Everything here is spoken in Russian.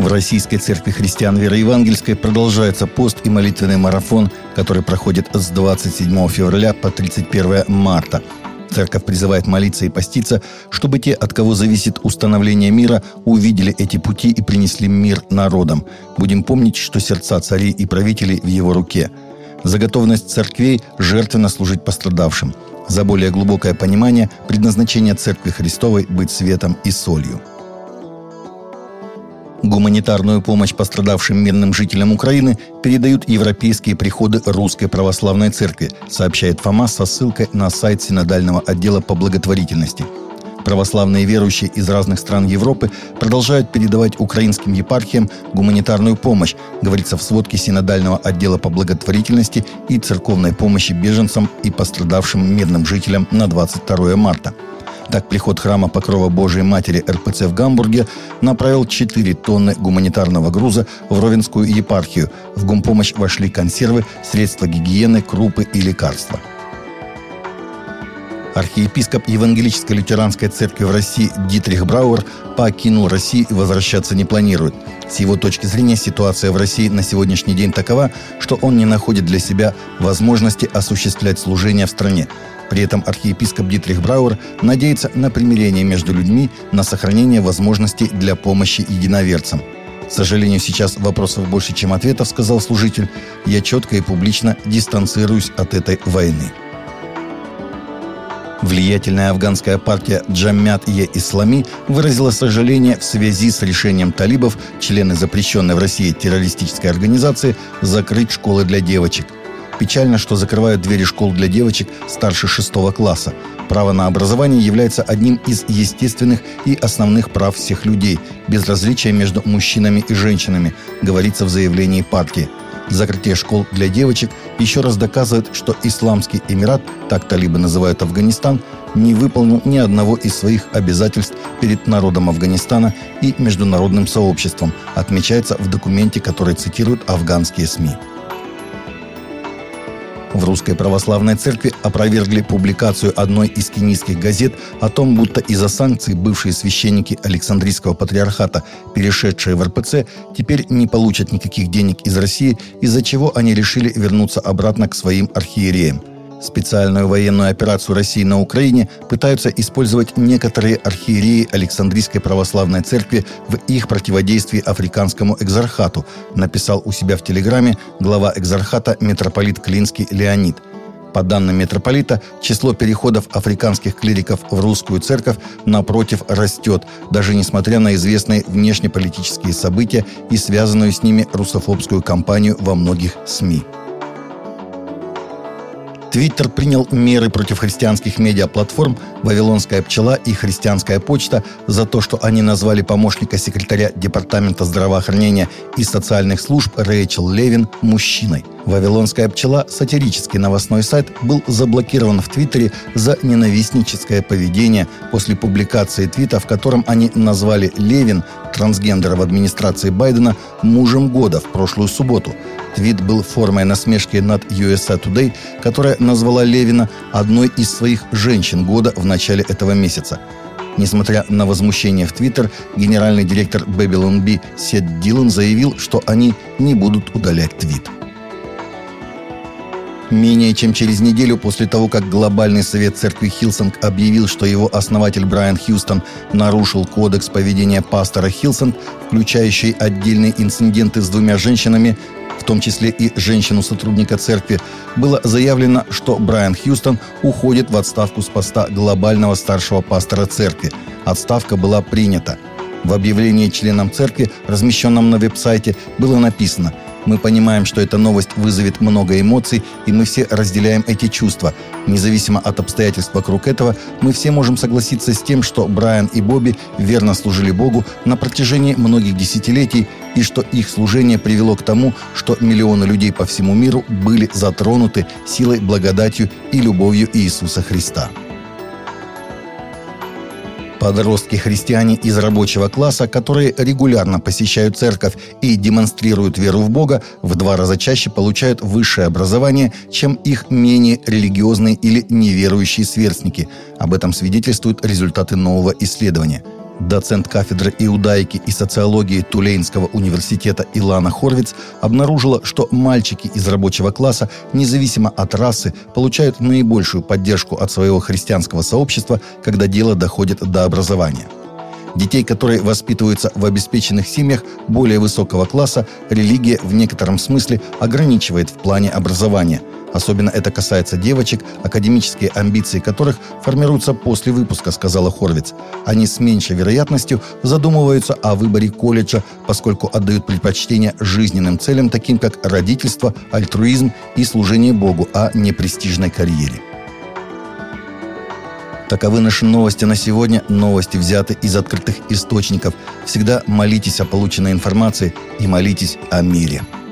В Российской Церкви Христиан Веры Евангельской продолжается пост и молитвенный марафон, который проходит с 27 февраля по 31 марта. Церковь призывает молиться и поститься, чтобы те, от кого зависит установление мира, увидели эти пути и принесли мир народам. Будем помнить, что сердца царей и правителей в его руке. За готовность церквей жертвенно служить пострадавшим. За более глубокое понимание предназначения Церкви Христовой быть светом и солью. Гуманитарную помощь пострадавшим мирным жителям Украины передают европейские приходы Русской Православной Церкви, сообщает ФОМА со ссылкой на сайт Синодального отдела по благотворительности. Православные верующие из разных стран Европы продолжают передавать украинским епархиям гуманитарную помощь, говорится в сводке Синодального отдела по благотворительности и церковной помощи беженцам и пострадавшим мирным жителям на 22 марта. Так, приход храма Покрова Божией Матери РПЦ в Гамбурге направил 4 тонны гуманитарного груза в Ровенскую епархию. В гумпомощь вошли консервы, средства гигиены, крупы и лекарства. Архиепископ Евангелической лютеранской церкви в России Дитрих Брауэр покинул Россию и возвращаться не планирует. С его точки зрения, ситуация в России на сегодняшний день такова, что он не находит для себя возможности осуществлять служение в стране. При этом архиепископ Дитрих Брауэр надеется на примирение между людьми, на сохранение возможностей для помощи единоверцам. К сожалению, сейчас вопросов больше, чем ответов, сказал служитель. Я четко и публично дистанцируюсь от этой войны. Влиятельная афганская партия Джамят-е-Ислами выразила сожаление в связи с решением талибов, члены запрещенной в России террористической организации, закрыть школы для девочек. Печально, что закрывают двери школ для девочек старше 6 класса. Право на образование является одним из естественных и основных прав всех людей, без различия между мужчинами и женщинами, говорится в заявлении партии. Закрытие школ для девочек еще раз доказывает, что Исламский Эмират, так талибы называют Афганистан, не выполнил ни одного из своих обязательств перед народом Афганистана и международным сообществом, отмечается в документе, который цитируют афганские СМИ. В Русской Православной Церкви опровергли публикацию одной из кенийских газет о том, будто из-за санкций бывшие священники Александрийского патриархата, перешедшие в РПЦ, теперь не получат никаких денег из России, из-за чего они решили вернуться обратно к своим архиереям. Специальную военную операцию России на Украине пытаются использовать некоторые архиереи Александрийской Православной Церкви в их противодействии африканскому экзархату, написал у себя в Телеграме глава экзархата митрополит Клинский Леонид. По данным митрополита, число переходов африканских клириков в русскую церковь, напротив, растет, даже несмотря на известные внешнеполитические события и связанную с ними русофобскую кампанию во многих СМИ. Твиттер принял меры против христианских медиаплатформ «Вавилонская пчела» и «Христианская почта» за то, что они назвали помощника секретаря Департамента здравоохранения и социальных служб Рэйчел Левин мужчиной. «Вавилонская пчела» — сатирический новостной сайт, был заблокирован в Твиттере за ненавистническое поведение после публикации твита, в котором они назвали Левин, трансгендера в администрации Байдена, мужем года в прошлую субботу. Твит был формой насмешки над USA Today, которая назвала Левина одной из своих женщин года в начале этого месяца. Несмотря на возмущение в Твиттер, генеральный директор Babylon Bee Сет Дилан заявил, что они не будут удалять твит. Менее чем через неделю после того, как Глобальный совет церкви Хиллсонг объявил, что его основатель Брайан Хьюстон нарушил кодекс поведения пастора Хиллсонг, включающий отдельные инциденты с 2 женщинами, в том числе и женщину-сотрудника церкви, было заявлено, что Брайан Хьюстон уходит в отставку с поста глобального старшего пастора церкви. Отставка была принята. В объявлении членам церкви, размещенном на веб-сайте, было написано: «Мы понимаем, что эта новость вызовет много эмоций, и мы все разделяем эти чувства. Независимо от обстоятельств вокруг этого, мы все можем согласиться с тем, что Брайан и Бобби верно служили Богу на протяжении многих десятилетий, и что их служение привело к тому, что миллионы людей по всему миру были затронуты силой, благодатью и любовью Иисуса Христа». Подростки-христиане из рабочего класса, которые регулярно посещают церковь и демонстрируют веру в Бога, в 2 раза чаще получают высшее образование, чем их менее религиозные или неверующие сверстники. Об этом свидетельствуют результаты нового исследования. Доцент кафедры иудаики и социологии Тулейнского университета Илана Хорвиц обнаружила, что мальчики из рабочего класса, независимо от расы, получают наибольшую поддержку от своего христианского сообщества, когда дело доходит до образования. Детей, которые воспитываются в обеспеченных семьях более высокого класса, религия в некотором смысле ограничивает в плане образования. Особенно это касается девочек, академические амбиции которых формируются после выпуска, сказала Хорвиц. Они с меньшей вероятностью задумываются о выборе колледжа, поскольку отдают предпочтение жизненным целям, таким как родительство, альтруизм и служение Богу, а не престижной карьере. Таковы наши новости на сегодня. Новости взяты из открытых источников. Всегда молитесь о полученной информации и молитесь о мире.